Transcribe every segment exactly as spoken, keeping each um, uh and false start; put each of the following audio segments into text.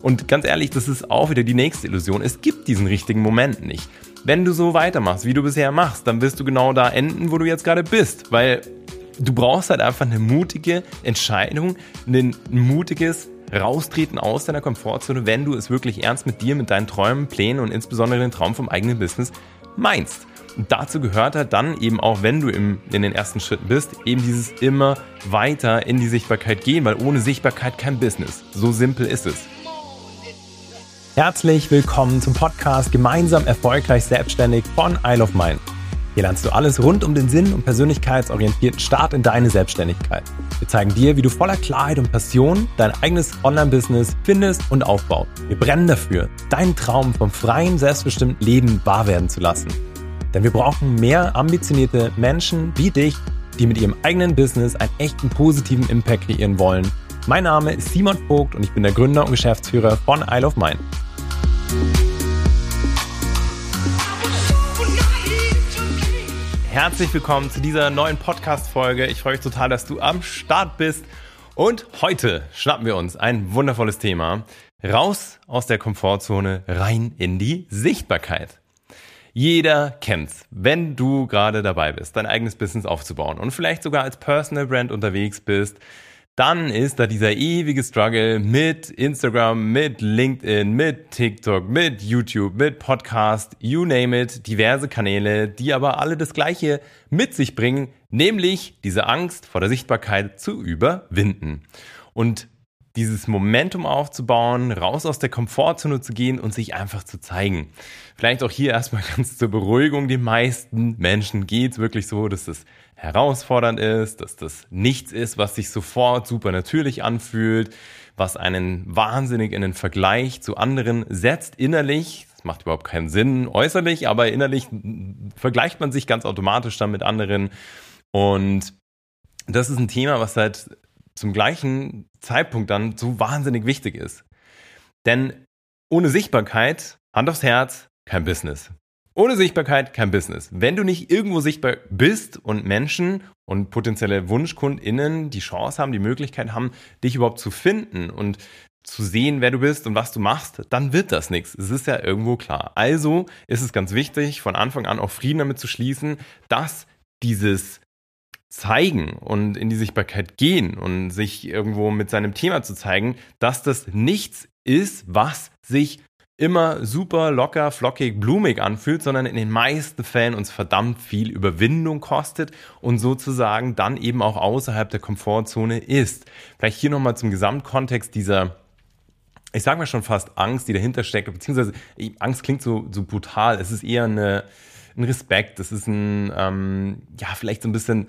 Und ganz ehrlich, das ist auch wieder die nächste Illusion. Es gibt diesen richtigen Moment nicht. Wenn du so weitermachst, wie du bisher machst, dann wirst du genau da enden, wo du jetzt gerade bist. Weil du brauchst halt einfach eine mutige Entscheidung, ein mutiges Raustreten aus deiner Komfortzone, wenn du es wirklich ernst mit dir, mit deinen Träumen, Plänen und insbesondere den Traum vom eigenen Business meinst. Und dazu gehört halt dann eben auch, wenn du im, in den ersten Schritten bist, eben dieses immer weiter in die Sichtbarkeit gehen, weil ohne Sichtbarkeit kein Business. So simpel ist es. Herzlich willkommen zum Podcast Gemeinsam erfolgreich selbstständig von Isle of Mind. Hier lernst du alles rund um den Sinn und persönlichkeitsorientierten Start in deine Selbstständigkeit. Wir zeigen dir, wie du voller Klarheit und Passion dein eigenes Online-Business findest und aufbaust. Wir brennen dafür, deinen Traum vom freien, selbstbestimmten Leben wahr werden zu lassen. Denn wir brauchen mehr ambitionierte Menschen wie dich, die mit ihrem eigenen Business einen echten positiven Impact kreieren wollen. Mein Name ist Simon Vogt und ich bin der Gründer und Geschäftsführer von Isle of Mind. Herzlich willkommen zu dieser neuen Podcast-Folge. Ich freue mich total, dass du am Start bist. Und heute schnappen wir uns ein wundervolles Thema. Raus aus der Komfortzone, rein in die Sichtbarkeit. Jeder kennt's, wenn du gerade dabei bist, dein eigenes Business aufzubauen und vielleicht sogar als Personal Brand unterwegs bist, dann ist da dieser ewige Struggle mit Instagram, mit LinkedIn, mit TikTok, mit YouTube, mit Podcast, you name it, diverse Kanäle, die aber alle das Gleiche mit sich bringen, nämlich diese Angst vor der Sichtbarkeit zu überwinden. Und dieses Momentum aufzubauen, raus aus der Komfortzone zu gehen und sich einfach zu zeigen. Vielleicht auch hier erstmal ganz zur Beruhigung, den meisten Menschen geht's wirklich so, dass das herausfordernd ist, dass das nichts ist, was sich sofort super natürlich anfühlt, was einen wahnsinnig in den Vergleich zu anderen setzt innerlich. Das macht überhaupt keinen Sinn äußerlich, aber innerlich vergleicht man sich ganz automatisch dann mit anderen. Und das ist ein Thema, was halt zum gleichen Zeitpunkt dann so wahnsinnig wichtig ist. Denn ohne Sichtbarkeit, Hand aufs Herz, kein Business. Ohne Sichtbarkeit kein Business. Wenn du nicht irgendwo sichtbar bist und Menschen und potenzielle WunschkundInnen die Chance haben, die Möglichkeit haben, dich überhaupt zu finden und zu sehen, wer du bist und was du machst, dann wird das nichts. Es ist ja irgendwo klar. Also ist es ganz wichtig, von Anfang an auch Frieden damit zu schließen, dass dieses Zeigen und in die Sichtbarkeit gehen und sich irgendwo mit seinem Thema zu zeigen, dass das nichts ist, was sich immer super locker, flockig, blumig anfühlt, sondern in den meisten Fällen uns verdammt viel Überwindung kostet und sozusagen dann eben auch außerhalb der Komfortzone ist. Vielleicht hier nochmal zum Gesamtkontext dieser, ich sage mal schon fast Angst, die dahinter steckt, beziehungsweise Angst klingt so, so brutal, es ist eher eine, ein Respekt, es ist ein, ähm, ja, vielleicht so ein bisschen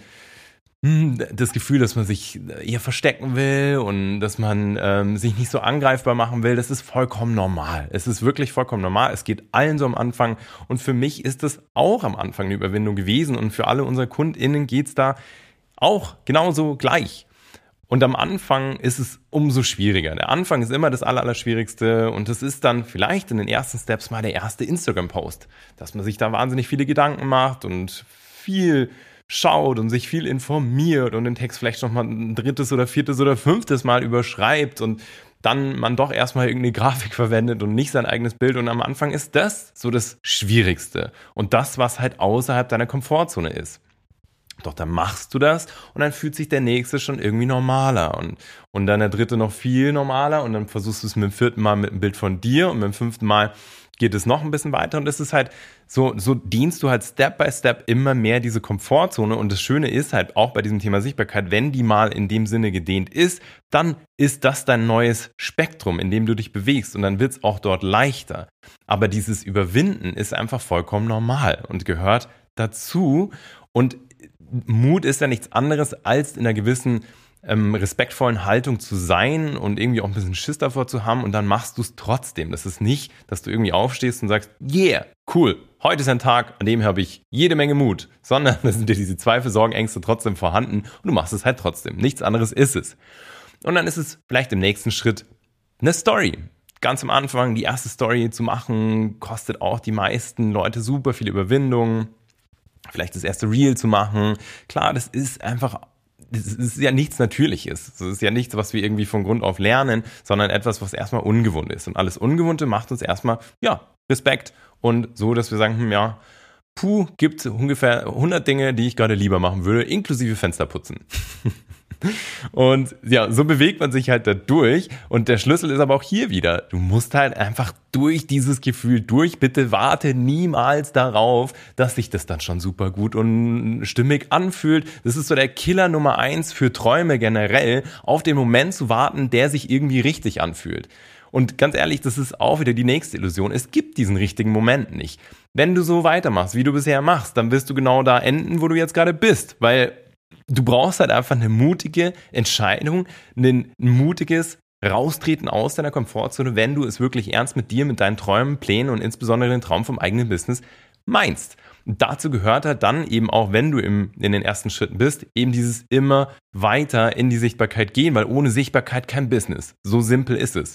das Gefühl, dass man sich eher verstecken will und dass man ähm, sich nicht so angreifbar machen will, das ist vollkommen normal. Es ist wirklich vollkommen normal. Es geht allen so am Anfang und für mich ist das auch am Anfang eine Überwindung gewesen und für alle unsere KundInnen geht's da auch genauso gleich. Und am Anfang ist es umso schwieriger. Der Anfang ist immer das Allerallerschwierigste und das ist dann vielleicht in den ersten Steps mal der erste Instagram-Post, dass man sich da wahnsinnig viele Gedanken macht und viel schaut und sich viel informiert und den Text vielleicht noch mal ein drittes oder viertes oder fünftes Mal überschreibt und dann man doch erstmal irgendeine Grafik verwendet und nicht sein eigenes Bild und am Anfang ist das so das Schwierigste und das, was halt außerhalb deiner Komfortzone ist. Doch dann machst du das und dann fühlt sich der nächste schon irgendwie normaler und, und dann der dritte noch viel normaler und dann versuchst du es mit dem vierten Mal mit einem Bild von dir und mit dem fünften Mal geht es noch ein bisschen weiter und es ist halt so, so dienst du halt Step by Step immer mehr diese Komfortzone und das Schöne ist halt auch bei diesem Thema Sichtbarkeit, wenn die mal in dem Sinne gedehnt ist, dann ist das dein neues Spektrum, in dem du dich bewegst und dann wird es auch dort leichter. Aber dieses Überwinden ist einfach vollkommen normal und gehört dazu und Mut ist ja nichts anderes als in einer gewissen Ähm, respektvollen Haltung zu sein und irgendwie auch ein bisschen Schiss davor zu haben und dann machst du es trotzdem. Das ist nicht, dass du irgendwie aufstehst und sagst, yeah, cool, heute ist ein Tag, an dem habe ich jede Menge Mut, sondern da sind dir diese Zweifel, Sorgen, Ängste trotzdem vorhanden und du machst es halt trotzdem. Nichts anderes ist es. Und dann ist es vielleicht im nächsten Schritt eine Story. Ganz am Anfang die erste Story zu machen, kostet auch die meisten Leute super viel Überwindung. Vielleicht das erste Reel zu machen. Klar, das ist einfach es ist ja nichts Natürliches. Es ist ja nichts, was wir irgendwie von Grund auf lernen, sondern etwas, was erstmal ungewohnt ist. Und alles Ungewohnte macht uns erstmal, ja, Respekt. Und so, dass wir sagen, hm, ja, puh, gibt ungefähr hundert Dinge, die ich gerade lieber machen würde, inklusive Fenster putzen. Und ja, so bewegt man sich halt da durch. Und der Schlüssel ist aber auch hier wieder. Du musst halt einfach durch dieses Gefühl durch. Bitte warte niemals darauf, dass sich das dann schon super gut und stimmig anfühlt. Das ist so der Killer Nummer eins für Träume generell, auf den Moment zu warten, der sich irgendwie richtig anfühlt. Und ganz ehrlich, das ist auch wieder die nächste Illusion. Es gibt diesen richtigen Moment nicht. Wenn du so weitermachst, wie du bisher machst, dann wirst du genau da enden, wo du jetzt gerade bist. Weil du brauchst halt einfach eine mutige Entscheidung, ein mutiges Raustreten aus deiner Komfortzone, wenn du es wirklich ernst mit dir, mit deinen Träumen, Plänen und insbesondere den Traum vom eigenen Business meinst. Und dazu gehört halt dann eben auch, wenn du im, in den ersten Schritten bist, eben dieses immer weiter in die Sichtbarkeit gehen, weil ohne Sichtbarkeit kein Business. So simpel ist es.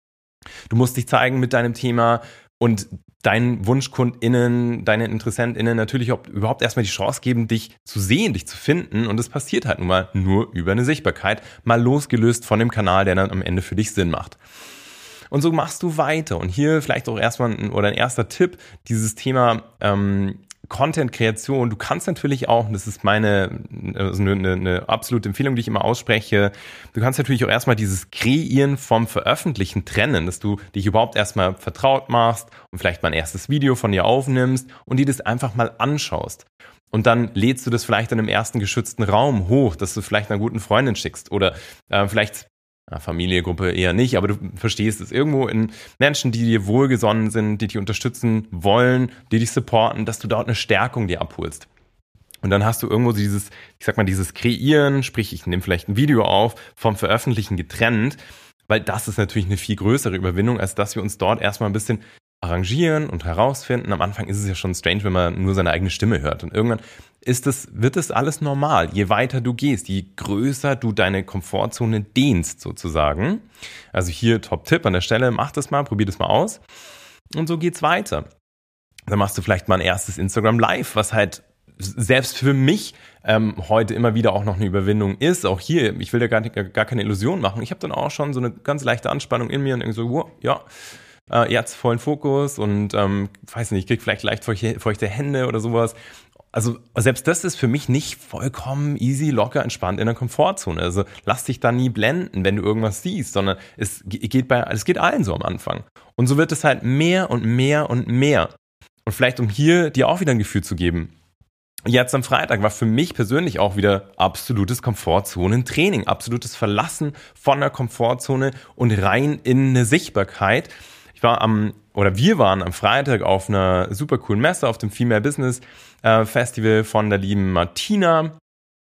Du musst dich zeigen mit deinem Thema und deinen WunschkundInnen, deinen InteressentInnen natürlich auch überhaupt erstmal die Chance geben, dich zu sehen, dich zu finden. Und das passiert halt nun mal nur über eine Sichtbarkeit, mal losgelöst von dem Kanal, der dann am Ende für dich Sinn macht. Und so machst du weiter. Und hier vielleicht auch erstmal ein, oder ein erster Tipp, dieses Thema ähm, Content-Kreation. Du kannst natürlich auch, und das ist meine also eine, eine absolute Empfehlung, die ich immer ausspreche, du kannst natürlich auch erstmal dieses Kreieren vom Veröffentlichen trennen, dass du dich überhaupt erstmal vertraut machst und vielleicht mal ein erstes Video von dir aufnimmst und dir das einfach mal anschaust. Und dann lädst du das vielleicht in einem ersten geschützten Raum hoch, dass du vielleicht einer guten Freundin schickst oder äh, vielleicht Familie, Gruppe eher nicht, aber du verstehst es irgendwo in Menschen, die dir wohlgesonnen sind, die dich unterstützen wollen, die dich supporten, dass du dort eine Stärkung dir abholst. Und dann hast du irgendwo dieses, ich sag mal, dieses Kreieren, sprich, ich nehme vielleicht ein Video auf, vom Veröffentlichen getrennt, weil das ist natürlich eine viel größere Überwindung, als dass wir uns dort erstmal ein bisschen arrangieren und herausfinden. Am Anfang ist es ja schon strange, wenn man nur seine eigene Stimme hört. Und irgendwann ist das, wird das alles normal. Je weiter du gehst, je größer du deine Komfortzone dehnst sozusagen. Also hier Top-Tipp an der Stelle, mach das mal, probier das mal aus. Und so geht's weiter. Dann machst du vielleicht mal ein erstes Instagram Live, was halt selbst für mich ähm, heute immer wieder auch noch eine Überwindung ist. Auch hier, ich will da gar, nicht, gar keine Illusion machen. Ich habe dann auch schon so eine ganz leichte Anspannung in mir und irgendwie so, wow, ja, äh, jetzt vollen Fokus und ähm, weiß nicht, ich krieg vielleicht leicht feuchte, feuchte Hände oder sowas. Also selbst das ist für mich nicht vollkommen easy, locker, entspannt in der Komfortzone. Also lass dich da nie blenden, wenn du irgendwas siehst, sondern es geht bei, es geht allen so am Anfang. Und so wird es halt mehr und mehr und mehr. Und vielleicht, um hier dir auch wieder ein Gefühl zu geben, jetzt am Freitag war für mich persönlich auch wieder absolutes Komfortzonentraining, absolutes Verlassen von der Komfortzone und rein in eine Sichtbarkeit. Ich war am, oder wir waren am Freitag auf einer super coolen Messe, auf dem Female Business äh, Festival von der lieben Martina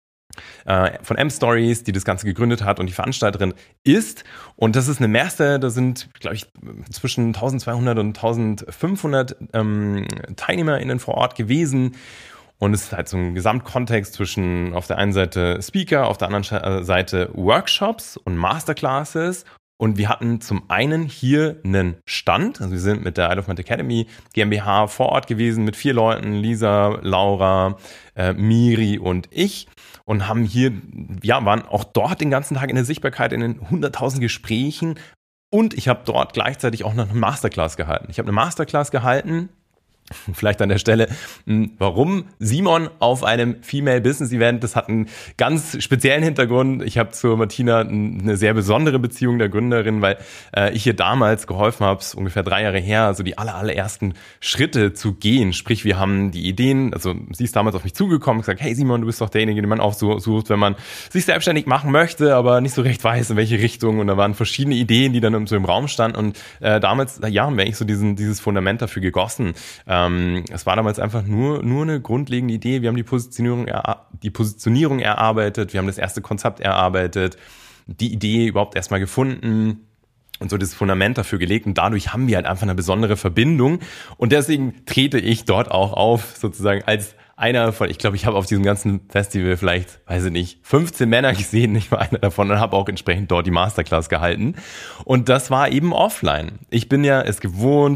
äh, von M-Stories, die das Ganze gegründet hat und die Veranstalterin ist. Und das ist eine Messe, da sind, glaube ich, zwischen eintausendzweihundert und eintausendfünfhundert ähm, TeilnehmerInnen vor Ort gewesen. Und es ist halt so ein Gesamtkontext zwischen auf der einen Seite Speaker, auf der anderen Seite Workshops und Masterclasses. Und wir hatten zum einen hier einen Stand, also wir sind mit der Isle of Mind Academy GmbH vor Ort gewesen mit vier Leuten, Lisa, Laura, äh, Miri und ich und haben hier, ja, waren auch dort den ganzen Tag in der Sichtbarkeit in den hunderttausend Gesprächen und ich habe dort gleichzeitig auch noch eine Masterclass gehalten. Ich habe eine Masterclass gehalten. Vielleicht an der Stelle, warum Simon auf einem Female Business Event, das hat einen ganz speziellen Hintergrund. Ich habe zu Martina eine sehr besondere Beziehung, der Gründerin, weil äh, ich ihr damals geholfen habe, ungefähr drei Jahre her, also die aller, allerersten Schritte zu gehen. Sprich, wir haben die Ideen, also sie ist damals auf mich zugekommen und gesagt, hey Simon, du bist doch derjenige, den man aufsucht, wenn man sich selbstständig machen möchte, aber nicht so recht weiß, in welche Richtung. Und da waren verschiedene Ideen, die dann so im Raum standen. Und äh, damals, ja, haben wir eigentlich so diesen, dieses Fundament dafür gegossen. Es war damals einfach nur, nur eine grundlegende Idee. Wir haben die Positionierung, er, die Positionierung erarbeitet, wir haben das erste Konzept erarbeitet, die Idee überhaupt erstmal gefunden und so das Fundament dafür gelegt. Und dadurch haben wir halt einfach eine besondere Verbindung. Und deswegen trete ich dort auch auf, sozusagen als einer von, ich glaube, ich habe auf diesem ganzen Festival vielleicht, weiß ich nicht, fünfzehn Männer gesehen, nicht mal einer davon, und habe auch entsprechend dort die Masterclass gehalten. Und das war eben offline. Ich bin ja es gewohnt,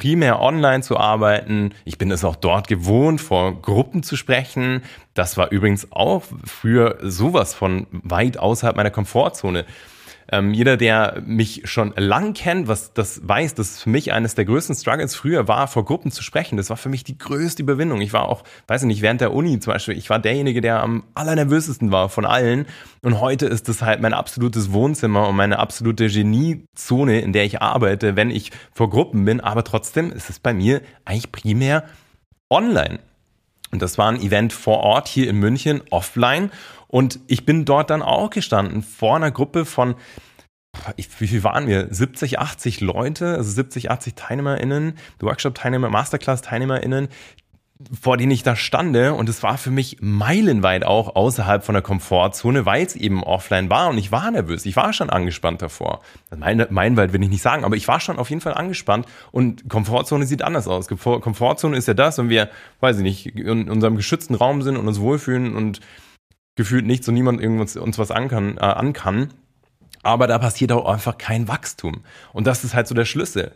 primär online zu arbeiten. Ich bin es auch dort gewohnt, vor Gruppen zu sprechen. Das war übrigens auch früher sowas von weit außerhalb meiner Komfortzone. Ähm, jeder, der mich schon lang kennt, was das weiß, dass für mich eines der größten Struggles früher war, vor Gruppen zu sprechen. Das war für mich die größte Überwindung. Ich war auch, weiß ich nicht, während der Uni zum Beispiel, ich war derjenige, der am allernervösesten war von allen. Und heute ist das halt mein absolutes Wohnzimmer und meine absolute Geniezone, in der ich arbeite, wenn ich vor Gruppen bin. Aber trotzdem ist es bei mir eigentlich primär online. Und das war ein Event vor Ort hier in München, offline. Und ich bin dort dann auch gestanden vor einer Gruppe von, wie viel waren wir? siebzig, achtzig Leute, also siebzig, achtzig TeilnehmerInnen, Workshop-Teilnehmer, Masterclass-TeilnehmerInnen, vor denen ich da stande. Und es war für mich meilenweit auch außerhalb von der Komfortzone, weil es eben offline war. Und ich war nervös, ich war schon angespannt davor. Meilenweit will ich nicht sagen, aber ich war schon auf jeden Fall angespannt. Und Komfortzone sieht anders aus. Komfortzone ist ja das, wenn wir, weiß ich nicht, in unserem geschützten Raum sind und uns wohlfühlen und gefühlt nichts und niemand irgendwas, uns was an kann, äh, an kann. Aber da passiert auch einfach kein Wachstum. Und das ist halt so der Schlüssel.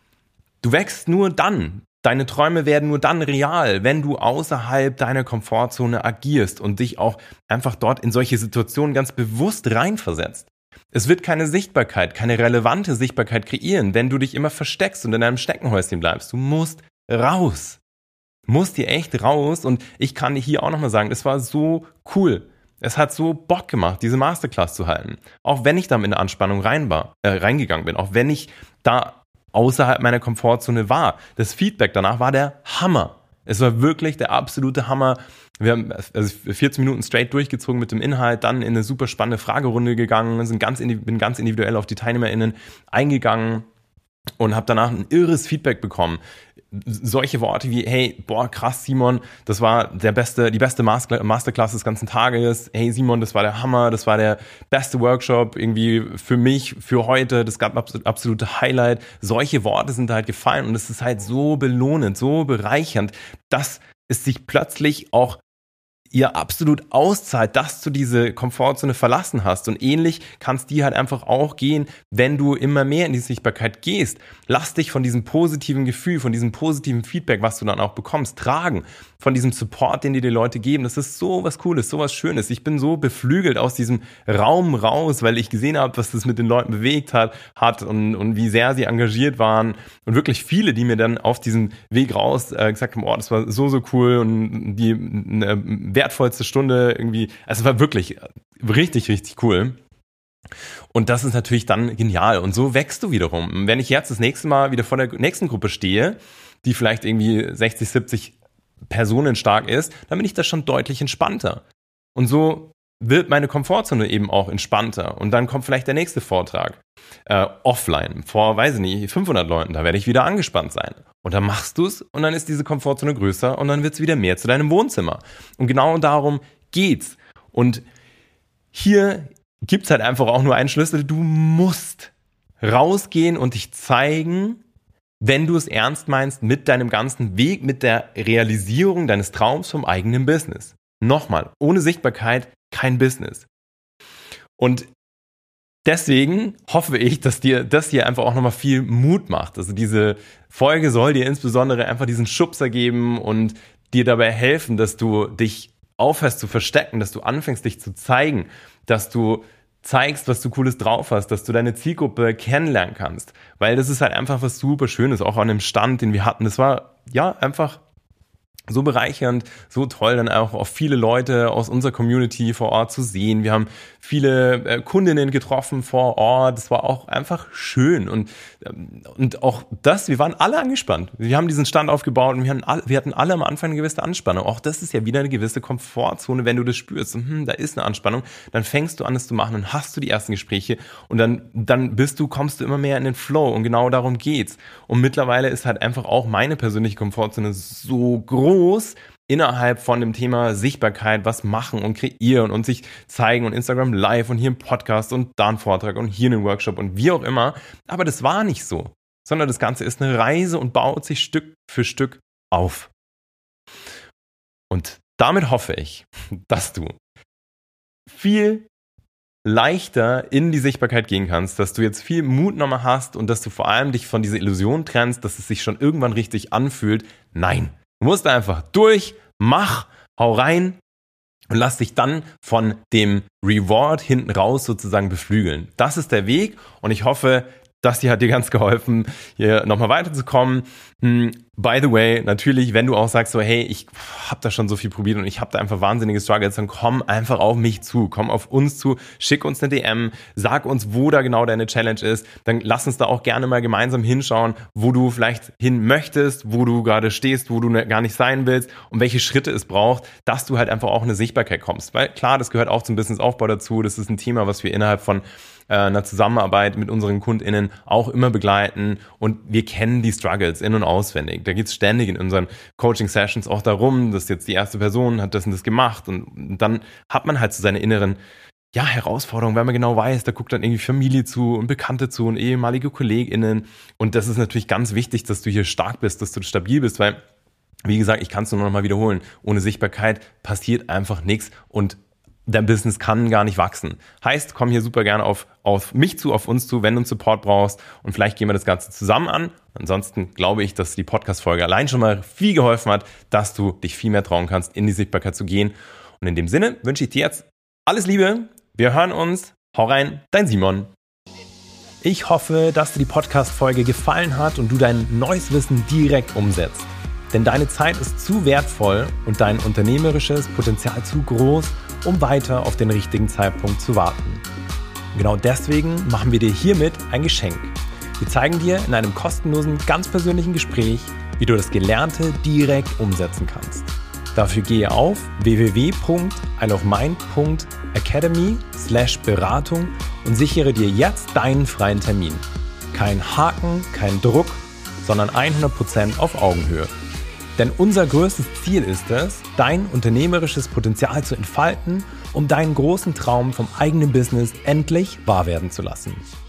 Du wächst nur dann, deine Träume werden nur dann real, wenn du außerhalb deiner Komfortzone agierst und dich auch einfach dort in solche Situationen ganz bewusst reinversetzt. Es wird keine Sichtbarkeit, keine relevante Sichtbarkeit kreieren, wenn du dich immer versteckst und in deinem Steckenhäuschen bleibst. Du musst raus. Musst dir echt raus, und ich kann dir hier auch nochmal sagen, es war so cool. Es hat so Bock gemacht, diese Masterclass zu halten. Auch wenn ich da mit einer Anspannung rein war, äh, reingegangen bin, auch wenn ich da außerhalb meiner Komfortzone war. Das Feedback danach war der Hammer. Es war wirklich der absolute Hammer. Wir haben also vierzehn Minuten straight durchgezogen mit dem Inhalt, dann in eine super spannende Fragerunde gegangen, sind ganz, bin ganz individuell auf die TeilnehmerInnen eingegangen und habe danach ein irres Feedback bekommen. Solche Worte wie, hey, boah, krass, Simon, das war der beste, die beste Masterclass des ganzen Tages. Hey, Simon, das war der Hammer, das war der beste Workshop irgendwie für mich, für heute, das gab absolute Highlight. Solche Worte sind halt gefallen, und es ist halt so belohnend, so bereichernd, dass es sich plötzlich auch ihr absolut auszahlt, dass du diese Komfortzone verlassen hast. Und ähnlich kann es dir halt einfach auch gehen, wenn du immer mehr in die Sichtbarkeit gehst. Lass dich von diesem positiven Gefühl, von diesem positiven Feedback, was du dann auch bekommst, tragen. Von diesem Support, den dir die Leute geben. Das ist so was Cooles, so was Schönes. Ich bin so beflügelt aus diesem Raum raus, weil ich gesehen habe, was das mit den Leuten bewegt hat, hat und, und wie sehr sie engagiert waren. Und wirklich viele, die mir dann auf diesem Weg raus äh, gesagt haben, oh, das war so, so cool, und die äh, wertvollste Stunde irgendwie. Also es war wirklich richtig, richtig cool. Und das ist natürlich dann genial. Und so wächst du wiederum. Wenn ich jetzt das nächste Mal wieder vor der nächsten Gruppe stehe, die vielleicht irgendwie sechzig, siebzig Personen stark ist, dann bin ich da schon deutlich entspannter. Und so wird meine Komfortzone eben auch entspannter. Und dann kommt vielleicht der nächste Vortrag äh, offline vor, weiß ich nicht, fünfhundert Leuten. Da werde ich wieder angespannt sein. Und dann machst du es, und dann ist diese Komfortzone größer, und dann wird es wieder mehr zu deinem Wohnzimmer. Und genau darum geht's. Und hier gibt's halt einfach auch nur einen Schlüssel. Du musst rausgehen und dich zeigen, wenn du es ernst meinst mit deinem ganzen Weg, mit der Realisierung deines Traums vom eigenen Business. Nochmal, ohne Sichtbarkeit kein Business. Und deswegen hoffe ich, dass dir das hier einfach auch nochmal viel Mut macht. Also diese Folge soll dir insbesondere einfach diesen Schubser geben und dir dabei helfen, dass du dich aufhörst zu verstecken, dass du anfängst, dich zu zeigen, dass du zeigst, was du Cooles drauf hast, dass du deine Zielgruppe kennenlernen kannst. Weil das ist halt einfach was super Schönes, auch an dem Stand, den wir hatten. Das war ja einfach so bereichernd, so toll, dann auch auf viele Leute aus unserer Community vor Ort zu sehen. Wir haben viele äh, Kundinnen getroffen vor Ort. Es war auch einfach schön. Und, ähm, und auch das, wir waren alle angespannt. Wir haben diesen Stand aufgebaut, und wir hatten, alle, wir hatten alle am Anfang eine gewisse Anspannung. Auch das ist ja wieder eine gewisse Komfortzone, wenn du das spürst. Hm, da ist eine Anspannung. Dann fängst du an, das zu machen, dann hast du die ersten Gespräche, und dann, dann bist du, kommst du immer mehr in den Flow, und genau darum geht's. Und mittlerweile ist halt einfach auch meine persönliche Komfortzone so groß, innerhalb von dem Thema Sichtbarkeit, was machen und kreieren und sich zeigen und Instagram Live und hier ein Podcast und da ein Vortrag und hier einen Workshop und wie auch immer. Aber das war nicht so, sondern das Ganze ist eine Reise und baut sich Stück für Stück auf. Und damit hoffe ich, dass du viel leichter in die Sichtbarkeit gehen kannst, dass du jetzt viel Mut nochmal hast und dass du vor allem dich von dieser Illusion trennst, dass es sich schon irgendwann richtig anfühlt. Nein, du musst einfach durch, mach, hau rein und lass dich dann von dem Reward hinten raus sozusagen beflügeln. Das ist der Weg und ich hoffe, das hier hat dir ganz geholfen, hier nochmal weiterzukommen. By the way, natürlich, wenn du auch sagst, so hey, ich habe da schon so viel probiert und ich habe da einfach wahnsinnige Struggles, dann komm einfach auf mich zu, komm auf uns zu, schick uns eine D M, sag uns, wo da genau deine Challenge ist, dann lass uns da auch gerne mal gemeinsam hinschauen, wo du vielleicht hin möchtest, wo du gerade stehst, wo du gar nicht sein willst und welche Schritte es braucht, dass du halt einfach auch in eine Sichtbarkeit kommst. Weil klar, das gehört auch zum Businessaufbau dazu, das ist ein Thema, was wir innerhalb von einer Zusammenarbeit mit unseren KundInnen auch immer begleiten und wir kennen die Struggles in- und auswendig. Da geht es ständig in unseren Coaching-Sessions auch darum, dass jetzt die erste Person hat das und das gemacht und dann hat man halt so seine inneren ja, Herausforderungen, weil man genau weiß, da guckt dann irgendwie Familie zu und Bekannte zu und ehemalige KollegInnen und das ist natürlich ganz wichtig, dass du hier stark bist, dass du stabil bist, weil wie gesagt, ich kann es nur noch mal wiederholen, ohne Sichtbarkeit passiert einfach nichts und dein Business kann gar nicht wachsen. Heißt, komm hier super gerne auf, auf mich zu, auf uns zu, wenn du einen Support brauchst und vielleicht gehen wir das Ganze zusammen an. Ansonsten glaube ich, dass die Podcast-Folge allein schon mal viel geholfen hat, dass du dich viel mehr trauen kannst, in die Sichtbarkeit zu gehen. Und in dem Sinne wünsche ich dir jetzt alles Liebe. Wir hören uns. Hau rein, dein Simon. Ich hoffe, dass dir die Podcast-Folge gefallen hat und du dein neues Wissen direkt umsetzt. Denn deine Zeit ist zu wertvoll und dein unternehmerisches Potenzial zu groß, um weiter auf den richtigen Zeitpunkt zu warten. Genau deswegen machen wir dir hiermit ein Geschenk. Wir zeigen dir in einem kostenlosen, ganz persönlichen Gespräch, wie du das Gelernte direkt umsetzen kannst. Dafür gehe auf w w w punkt isleofmind punkt academy slash Beratung und sichere dir jetzt deinen freien Termin. Kein Haken, kein Druck, sondern hundert Prozent auf Augenhöhe. Denn unser größtes Ziel ist es, dein unternehmerisches Potenzial zu entfalten, um deinen großen Traum vom eigenen Business endlich wahr werden zu lassen.